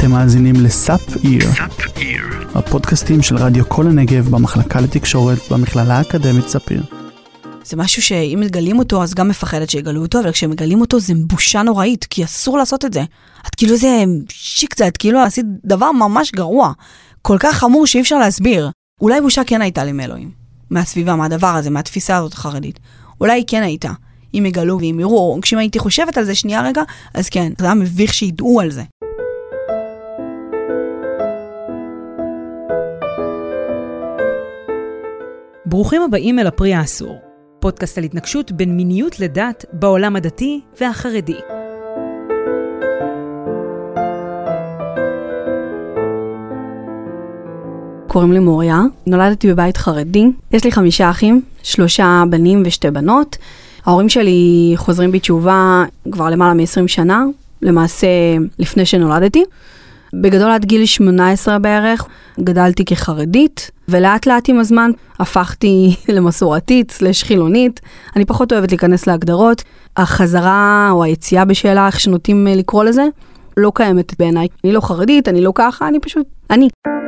אתם מאזינים לסאפ איר, הפודקאסטים של רדיו כל הנגב במחלקה לתקשורת במכללה האקדמית ספיר. זה משהו שאם מגלים אותו, אז גם מפחדת שיגלו אותו, אבל כשמגלים אותו זה בושה נוראית, כי אסור לעשות את זה. את כאילו זה שיק זה, את כאילו עשית דבר ממש גרוע, כל כך חמור שאי אפשר להסביר. אולי בושה כן הייתה לי מאלוהים, מהסביבה, מהדבר הזה, מהתפיסה הזאת החרדית. אולי היא כן הייתה, אם יגלו ואם יראו, או כשאם הייתי חושבת על זה שנייה רגע, אז כן, זה היה מביך שידעו על זה. ברוכים הבאים אל הפרי האסור, פודקאסט על התנגשות בין מיניות לדת בעולם הדתי והחרדי. קוראים לי מוריה, נולדתי בבית חרדי, יש לי 5 אחים, 3 בנים ו2 בנות. ההורים שלי חוזרים בתשובה כבר למעלה מ-20 שנה, למעשה לפני שנולדתי. בגדול עד גיל 18 בערך, גדלתי כחרדית, ולאט לאט עם הזמן הפכתי למסורתית, חילונית. אני פחות אוהבת להיכנס להגדרות. החזרה או היציאה בשאלה, איך שנוטים לקרוא לזה, לא קיימת בעיניי. אני לא חרדית, אני לא ככה, אני פשוט, אני.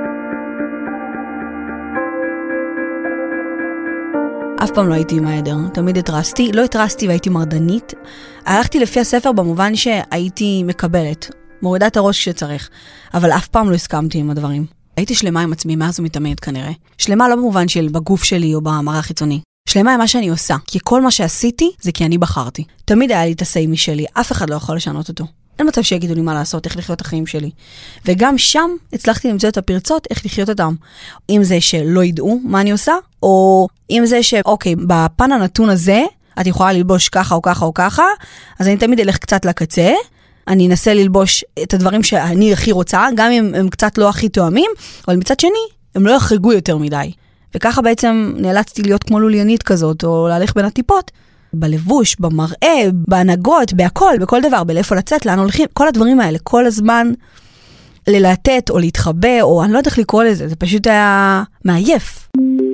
אף פעם לא הייתי עם העדר, תמיד התרסתי, לא התרסתי והייתי מרדנית. הלכתי לפי הספר במובן שהייתי מקבלת, מורידה את הראש כשצריך, אבל אף פעם לא הסכמתי עם הדברים. הייתי שלמה עם עצמי, מאז ומתמיד כנראה. שלמה לא במובן של בגוף שלי או במראה החיצוני. שלמה עם מה שאני עושה, כי כל מה שעשיתי זה כי אני בחרתי. תמיד היה לי את הסי משלי, אף אחד לא יכול לשנות אותו. אין מצב שיגידו לי מה לעשות, איך לחיות את החיים שלי. וגם שם הצלחתי למצוא את הפרצות, איך לחיות אותם. אם זה שלא ידעו מה אני עושה, או אם זה שאוקיי, בפן הנתון הזה, את יכולה ללבוש ככה או ככה או ככה, אז אני תמיד אלך קצת לקצה, אני אנסה ללבוש את הדברים שאני הכי רוצה, גם אם הם קצת לא הכי תואמים, אבל מצד שני, הם לא יחרגו יותר מדי. וככה בעצם נאלצתי להיות כמו לוליינית כזאת, או להלך בין הטיפות, בלבוש, במראה, בהנהגות, בהכל, בכל דבר, בלאיפה לצאת, לאן הולכים, כל הדברים האלה, כל הזמן ללהטט או להתחבא, או אני לא יודעת איך לקרוא לזה, זה פשוט היה מעייף.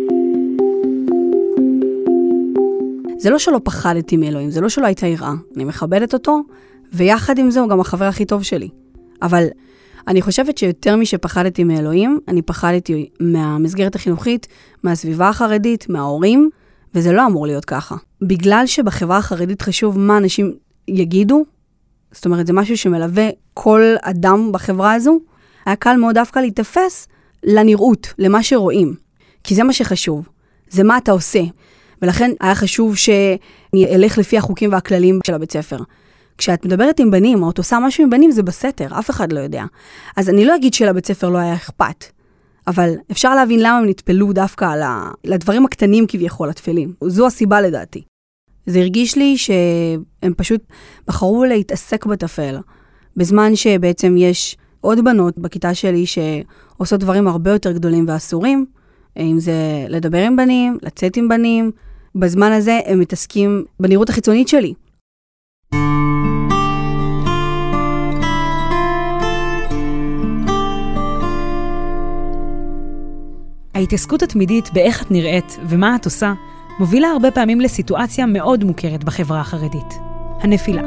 זה לא שלא פחדתי מאלוהים, זה לא שלא הייתה יראה, אני מכבדת אותו, ויחד עם זה הוא גם החבר הכי טוב שלי. אבל אני חושבת שיותר משפחדתי מאלוהים, אני פחדתי מהמסגרת החינוכית, מהסביבה החרדית, מההורים, וזה לא אמור להיות ככה. בגלל שבחברה החרדית חשוב מה אנשים יגידו, זאת אומרת, זה משהו שמלווה כל אדם בחברה הזו, היה קל מאוד דווקא להתאפס לנראות, למה שרואים. כי זה מה שחשוב, זה מה אתה עושה. ולכן היה חשוב שאני אלך לפי החוקים והכללים של הבית ספר. כשאת מדברת עם בנים, או את עושה משהו עם בנים, זה בסתר, אף אחד לא יודע. אז אני לא אגיד שלבית ספר לא היה אכפת, אבל אפשר להבין למה הם נטפלו דווקא לדברים הקטנים כביכול, התפלים. זו הסיבה לדעתי. זה הרגיש לי שהם פשוט בחרו להתעסק בתפל, בזמן שבעצם יש עוד בנות בכיתה שלי שעושות דברים הרבה יותר גדולים ואסורים, אם זה לדבר עם בנים, לצאת עם בנים, בזמן הזה הם מתעסקים בנראות החיצונית שלי. ההתעסקות התמידית באיך את נראית ומה את עושה, מובילה הרבה פעמים לסיטואציה מאוד מוכרת בחברה החרדית. הנפילה.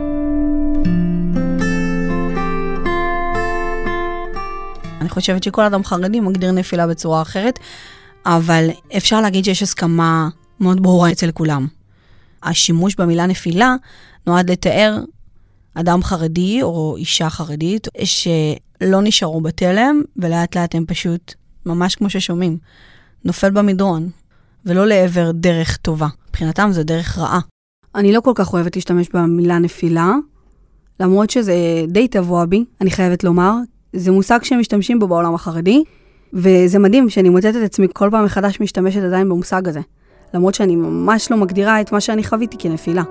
אני חושבת שכל אדם חרדי מגדיר נפילה בצורה אחרת, אבל אפשר להגיד שיש הסכמה מאוד ברורה אצל כולם. השימוש במילה נפילה נועד לתאר אדם חרדי או אישה חרדית שלא נשארו בתלם, ולאט לאט הם פשוט ממש כמו ששומעים, נופל במדרון, ולא לעבר דרך טובה. מבחינתם זה דרך רעה. אני לא כל כך אוהבת להשתמש במילה נפילה, למרות שזה די טבוע בי, אני חייבת לומר. זה מושג שהם משתמשים בו בעולם החרדי, וזה מדהים שאני מוצאת את עצמי כל פעם מחדש משתמשת עדיין במושג הזה, למרות שאני ממש לא מגדירה את מה שאני חוויתי כנפילה.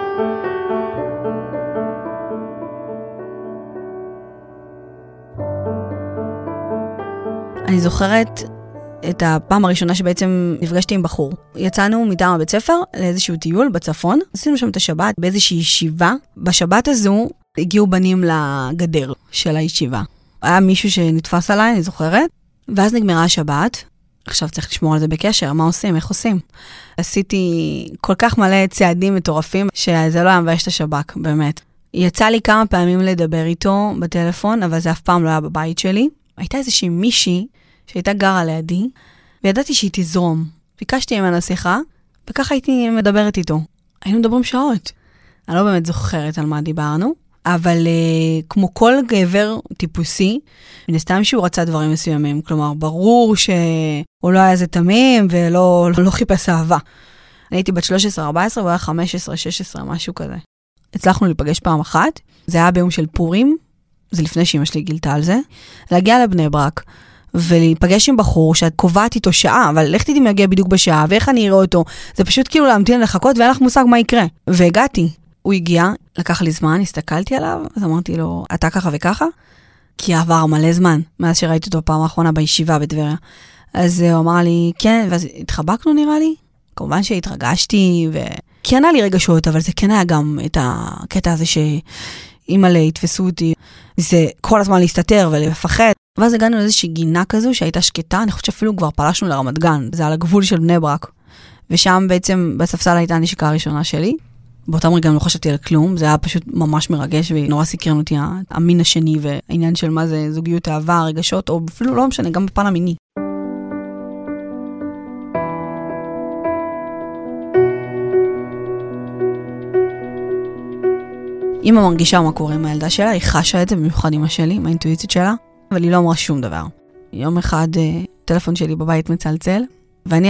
אני זוכרת את הפעם הראשונה שבעצם נפגשתי עם בחור. יצאנו מטעם הבית ספר לאיזשהו טיול בצפון, עשינו שם את השבת באיזושהי ישיבה. בשבת הזו הגיעו בנים לגדר של הישיבה. היה מישהו שנתפס עליי, אני זוכרת, ואז נגמרה השבת. עכשיו צריך לשמור על זה בקשר, מה עושים, איך עושים. עשיתי כל כך מלא צעדים מטורפים, שזה לא היה מבייש את השב"כ, באמת. יצא לי כמה פעמים לדבר איתו בטלפון, אבל זה אף פעם לא היה בבית שלי. הייתה איזושהי מישהי שהייתה גרה לידי, וידעתי שהיא תזרום. ביקשתי ממנה שיחה, וככה הייתי מדברת איתו. היינו מדברים שעות. אני לא באמת זוכרת על מה דיברנו, אבל כמו כל גבר טיפוסי, מן הסתם שהוא רצה דברים מסוימים. כלומר, ברור שהוא לא היה איזה תמים, ולא חיפש אהבה. אני הייתי בת 13-14, והוא היה 15-16, משהו כזה. הצלחנו להיפגש פעם אחת, זה היה ביום של פורים, זה לפני שאמא שלי גילתה על זה, להגיע לבני ברק, ולהיפגש עם בחור שאת קובעת איתו שעה, אבל לך תדעי מגיע בדיוק בשעה, ואיך אני אראה אותו, זה פשוט כאילו להמתין לחכות, ואין לך מושג מה יקרה. והגעתי, הוא הגיע, לקח לי זמן, הסתכלתי עליו, אז אמרתי לו, אתה ככה וככה? כי עבר מלא זמן, מאז שראיתי אותו פעם האחרונה בישיבה בטבריה. אז הוא אמר לי, כן, ואז התחבקנו נראה לי, כמובן שהתרגשתי, וכן היה לי רגשות, אבל זה כן היה גם את הקטע הזה שאימא'לה יתפסו אותי, זה כל הזמן להסתתר ולפחד. ואז הגענו לאיזושהי גינה כזו שהייתה שקטה, אני חושבת שאפילו כבר פלשנו לרמת גן, זה על הגבול של בני ברק. ושם בעצם בספסל הייתה הנשיקה הראשונה שלי. באותם רגע לא חשבתי על כלום, זה היה פשוט ממש מרגש, ונורא סקרן אותי המין השני, והעניין של מה זה זוגיות אהבה, רגשות, או אפילו לא משנה, גם בפן המיני. אמא מרגישה מה קורה עם הילדה שלה, היא חשה את זה במיוחד אמא שלי, עם האינטואיציות שלה, אבל היא לא אמרה שום דבר. יום אחד טלפון שלי בבית מצלצל, ואני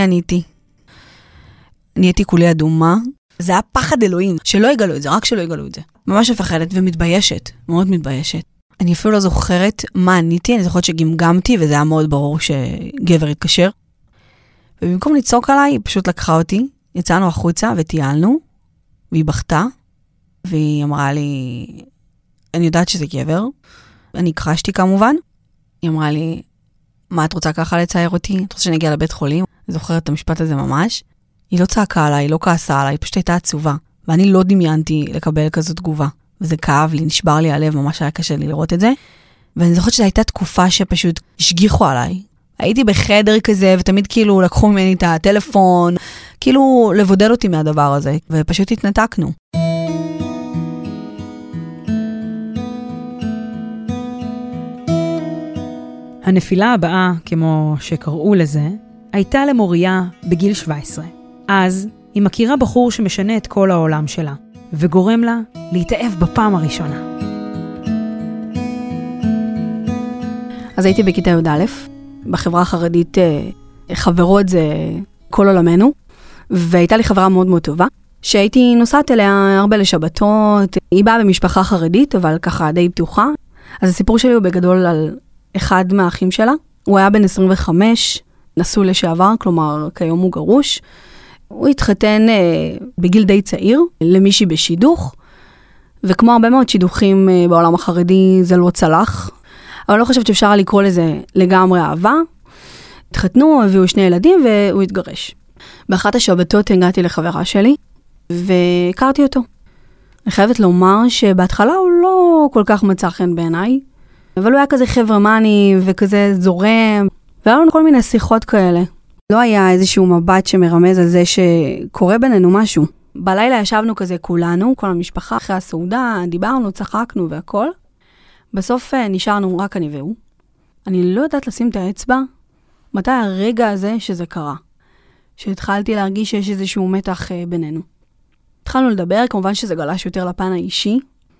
נהייתי כולי אדומה. זה היה פחד אלוהים, שלא יגלו את זה, רק שלא יגלו את זה. ממש מפחדת ומתביישת, מאוד מתביישת. אני אפילו לא זוכרת מה עניתי, אני זוכרת שגמגמתי, וזה היה מאוד ברור שגבר התקשר. ובמקום לצעוק עליי, היא פשוט לקחה אותי, יצאנו החוצה וטיילנו, והיא בכתה, והיא אמרה לי, אני יודעת שזה גבר, אני קרשתי כמובן, היא אמרה לי, מה את רוצה ככה לצייר אותי? את רוצה שאני אגיע לבית חולים? אני זוכרת את המשפט הזה ממש. היא לא צעקה עליי, היא לא כעסה עליי, היא פשוט הייתה עצובה. ואני לא דמיינתי לקבל כזו תגובה. וזה כאב לי, נשבר לי הלב, ממש היה קשה לי לראות את זה. ואני זוכרת שזו הייתה תקופה שפשוט השגיחו עליי. הייתי בחדר כזה, ותמיד כאילו לקחו ממני את הטלפון, כאילו לבודל אותי מהדבר הזה, ופשוט התנתקנו. הנפילה הבאה, כמו שקראו לזה, הייתה למוריה בגיל 17. אז היא מכירה בחור שמשנה את כל העולם שלה, וגורם לה להתאהב בפעם הראשונה. אז הייתי בכיתה י"א, בחברה החרדית חברות זה כל עולמנו, והייתה לי חברה מאוד מאוד טובה, שהייתי נוסעת אליה הרבה לשבתות, היא באה במשפחה חרדית, אבל ככה די פתוחה. אז הסיפור שלי הוא בגדול על אחד מהאחים שלה, הוא היה בן 25, נשוי לשעבר, כלומר כיום הוא גרוש. הוא התחתן בגיל די צעיר, למישהי בשידוך, וכמו הרבה מאוד שידוכים בעולם החרדי זה לא צלח, אבל לא חושבת שאפשר לקרוא לזה לגמרי אהבה. התחתנו, הביאו 2 ילדים והוא התגרש. באחת השבתות הגעתי לחברה שלי, והכרתי אותו. אני חייבת לומר שבהתחלה הוא לא כל כך מצא חן בעיניי, אבל הוא היה כזה חברמני וכזה זורם, והיה לנו כל מיני שיחות כאלה. לא היה איזשהו מבט שמרמז על זה שקורה בינינו משהו. בלילה ישבנו כזה כולנו, כל המשפחה, אחרי הסעודה, דיברנו, צחקנו והכל. בסוף נשארנו רק אני והוא. אני לא יודעת לשים את האצבע, מתי הרגע הזה שזה קרה. שהתחלתי להרגיש שיש איזשהו מתח בינינו. התחלנו לדבר, כמובן שזה גלש יותר לפן האישי.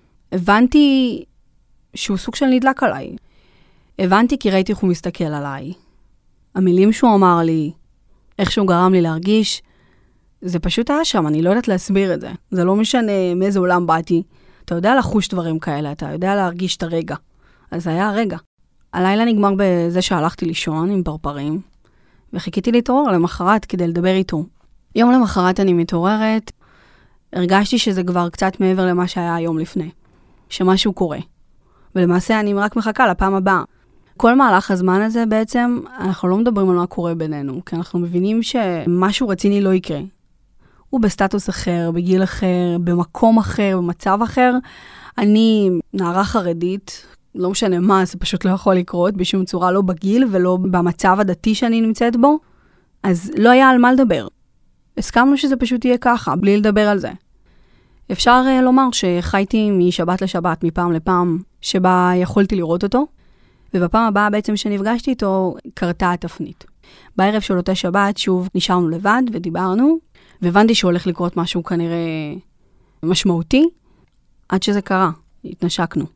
הבנתי שהוא סוג של נדלק עליי. הבנתי כי ראיתי איך הוא מסתכל עליי. המילים שהוא אמר לי, איך שהוא גרם לי להרגיש, זה פשוט היה שם, אני לא יודעת להסביר את זה. זה לא משנה מאיזה עולם באתי. אתה יודע לחוש דברים כאלה, אתה יודע להרגיש את הרגע. אז זה היה הרגע. הלילה נגמר בזה שהלכתי לישון עם פרפרים, וחיכיתי להתעורר למחרת כדי לדבר איתו. יום למחרת אני מתעוררת, הרגשתי שזה כבר קצת מעבר למה שהיה היום לפני. שמשהו קורה. ולמעשה אני רק מחכה לפעם הבאה. כל מהלך הזמן הזה בעצם, אנחנו לא מדברים על מה קורה בינינו, כי אנחנו מבינים שמשהו רציני לא יקרה. הוא בסטטוס אחר, בגיל אחר, במקום אחר, במצב אחר. אני נערה חרדית, לא משנה מה, זה פשוט לא יכול לקרות, בשום צורה לא בגיל ולא במצב הדתי שאני נמצאת בו. אז לא היה על מה לדבר. הסכמנו שזה פשוט יהיה ככה, בלי לדבר על זה. אפשר לומר שחייתי משבת לשבת, מפעם לפעם, שבה יכולתי לראות אותו, ובפעם הבאה בעצם שנפגשתי איתו, קרתה התפנית. בערב של אותה שבת שוב נשארנו לבד ודיברנו, והבנתי שהולך לקרות משהו כנראה משמעותי, עד שזה קרה, התנשקנו.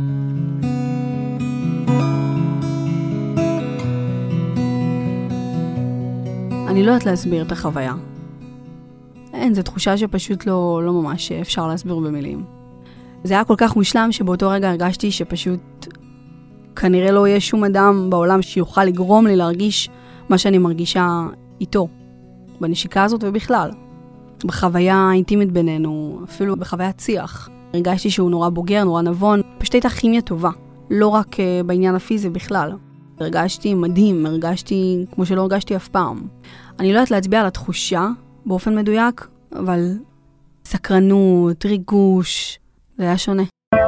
אני לא יודעת להסביר את החוויה. אין, זו תחושה שפשוט לא ממש אפשר להסביר במילים. זה היה כל כך מושלם שבאותו רגע הרגשתי שפשוט כנראה לא יהיה שום אדם בעולם שיוכל לגרום לי להרגיש מה שאני מרגישה איתו. בנשיקה הזאת ובכלל. בחוויה האינטימית בינינו, אפילו בחוויית שיח. הרגשתי שהוא נורא בוגר, נורא נבון. פשוט הייתה כימיה טובה. לא רק בעניין הפיזי בכלל. הרגשתי מדהים, הרגשתי כמו שלא הרגשתי אף פעם. אני לא יודעת להצביע על התחושה באופן מדויק, אבל סקרנות, ריגוש, זה היה שונה.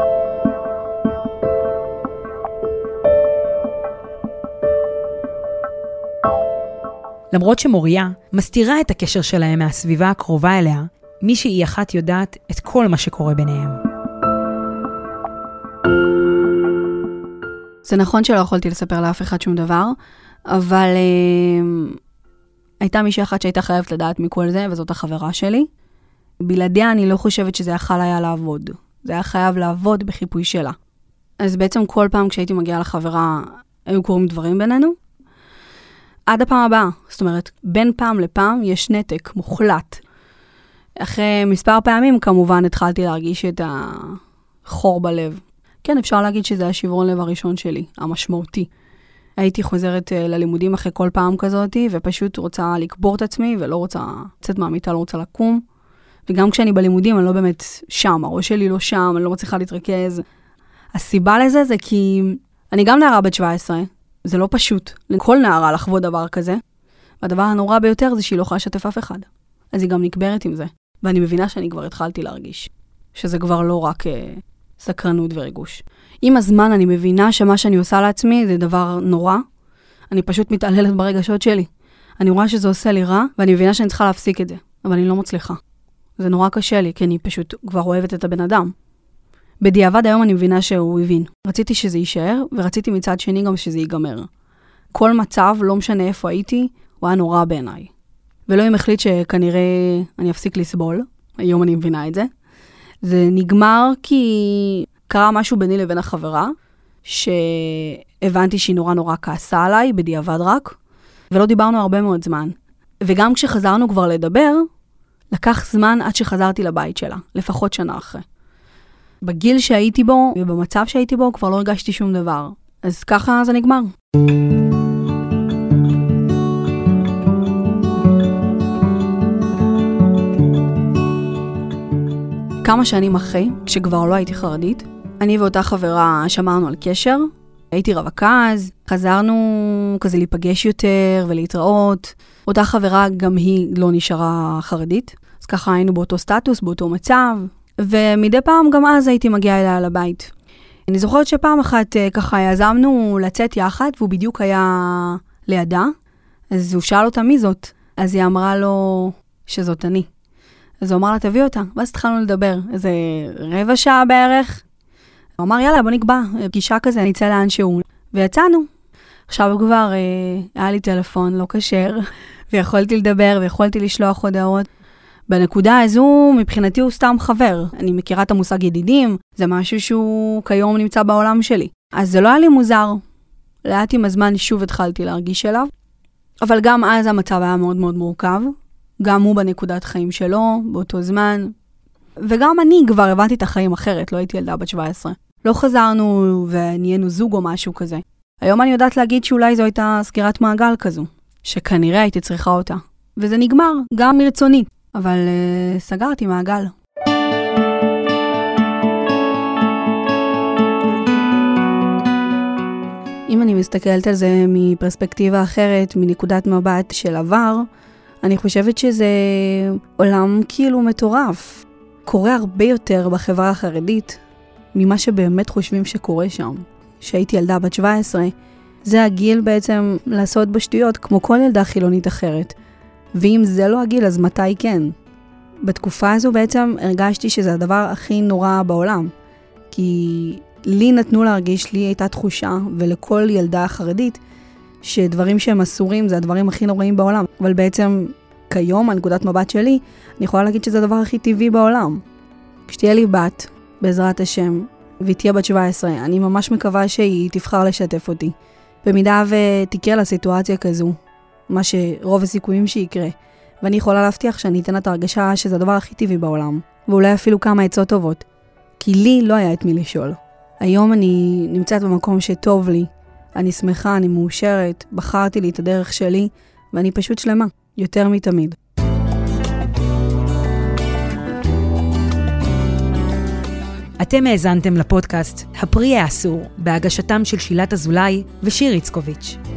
למרות שמוריה מסתירה את הקשר שלהם מהסביבה הקרובה אליה, מישהי אחת יודעת את כל מה שקורה ביניהם. זה נכון שלא יכולתי לספר לאף אחד שום דבר, אבל הייתה מישהי אחת שהייתה חייבת לדעת מכל זה, וזאת החברה שלי. בלעדיה אני לא חושבת שזה יכול היה לעבוד. זה היה חייב לעבוד בחיפוי שלה. אז בעצם כל פעם כשהייתי מגיעה לחברה, היו קורים דברים בינינו. עד הפעם הבאה, זאת אומרת, בין פעם לפעם יש נתק מוחלט. אחרי מספר פעמים כמובן התחלתי להרגיש את החור בלב. כן, אפשר להגיד שזה השברון לב הראשון שלי, המשמעותי. הייתי חוזרת ללימודים אחרי כל פעם כזאת, ופשוט רוצה לקבור את עצמי, ולא רוצה לצאת מהמיטה, לא רוצה לקום. וגם כשאני בלימודים, אני לא באמת שם, הראש שלי לא שם, אני לא מצליחה להתרכז. הסיבה לזה זה כי אני גם נערה בת 17, זה לא פשוט לכל נערה לחוות דבר כזה, והדבר הנורא ביותר זה שהיא לא יכולה לשתף אף אחד. אז היא גם נקברת עם זה, ואני מבינה שאני כבר התחלתי להרגיש, שזה כבר לא רק סקרנות וריגוש. עם הזמן אני מבינה שמה שאני עושה לעצמי זה דבר נורא, אני פשוט מתעללת ברגשות שלי. אני רואה שזה עושה לי רע, ואני מבינה שאני צריכה להפסיק את זה, אבל אני לא מצליחה. זה נורא קשה לי, כי אני פשוט כבר אוהבת את הבן אדם. בדיעבד היום אני מבינה שהוא הבין. רציתי שזה יישאר, ורציתי מצד שני גם שזה ייגמר. כל מצב, לא משנה איפה הייתי, הוא היה נורא בעיניי. ואלוהים החליט שכנראה אני אפסיק לסבול, היום אני מבינה את זה. זה נגמר כי קרה משהו ביני לבין החברה, שהבנתי שהיא נורא כעסה עליי, בדיעבד רק, ולא דיברנו הרבה מאוד זמן. וגם כשחזרנו כבר לדבר, לקח זמן עד שחזרתי לבית שלה, לפחות שנה אחרי. בגיל שהייתי בו, ובמצב שהייתי בו, כבר לא הרגשתי שום דבר. אז ככה זה נגמר. כמה שנים אחרי, כשכבר לא הייתי חרדית, אני ואותה חברה שמרנו על קשר, הייתי רווקה אז, חזרנו כזה להיפגש יותר ולהתראות. אותה חברה גם היא לא נשארה חרדית, אז ככה היינו באותו סטטוס, באותו מצב, ומדי פעם גם אז הייתי מגיעה אליה לבית. אני זוכרת שפעם אחת ככה יזמנו לצאת יחד, והוא בדיוק היה לידה, אז הוא שאל אותה מי זאת, אז היא אמרה לו שזאת אני. אז הוא אמר לה, תביא אותה. ואז התחלנו לדבר, איזה רבע שעה בערך. הוא אמר, יאללה, בוא נקבע, פגישה כזה, נצא לאן שהוא. ויצאנו. עכשיו כבר היה לי טלפון לא כשר, ויכולתי לדבר, ויכולתי לשלוח הודעות. בנקודה הזו, מבחינתי הוא סתם חבר. אני מכירה את המושג ידידים, זה משהו שהוא כיום נמצא בעולם שלי. אז זה לא היה לי מוזר. לאט עם הזמן שוב התחלתי להרגיש אליו. אבל גם אז המצב היה מאוד מאוד מורכב. גם הוא בנקודת חיים שלו, באותו זמן. וגם אני כבר הבנתי את החיים אחרת, לא הייתי ילדה בת 17. לא חזרנו ונהיינו זוג או משהו כזה. היום אני יודעת להגיד שאולי זו הייתה סגירת מעגל כזו, שכנראה הייתי צריכה אותה. וזה נגמר, גם מרצוני. אבל סגרתי מעגל. אם אני מסתכלת על זה מפרספקטיבה אחרת, מנקודת מבט של עבר, אני חושבת שזה עולם כאילו מטורף. קורה הרבה יותר בחברה החרדית ממה שבאמת חושבים שקורה שם. שהייתי ילדה בת 17, זה הגיל בעצם לעשות בשטויות כמו כל ילדה חילונית אחרת. ואם זה לא הגיל, אז מתי כן? בתקופה הזו בעצם הרגשתי שזה הדבר הכי נורא בעולם. כי לי נתנו להרגיש, לי הייתה תחושה, ולכל ילדה חרדית, שדברים שהם אסורים זה הדברים הכי נוראים בעולם. אבל בעצם כיום, הנקודת מבט שלי, אני יכולה להגיד שזה הדבר הכי טבעי בעולם. כשתהיה לי בת, בעזרת השם, והיא תהיה בת 17, אני ממש מקווה שהיא תבחר לשתף אותי. במידה ותקרה לה סיטואציה כזו, מה שרוב הסיכויים שיקרה. ואני יכולה להבטיח שאני אתן את ההרגשה שזה הדבר הכי טבעי בעולם. ואולי אפילו כמה עצות טובות. כי לי לא היה את מי לשאול. היום אני נמצאת במקום שטוב לי. אני שמחה, אני מאושרת, בחרתי לי את הדרך שלי, ואני פשוט שלמה, יותר מתמיד. אתם האזנתם לפודקאסט הפרי האסור, בהגשתם של שילת אזולאי ושיר יצקוביץ'.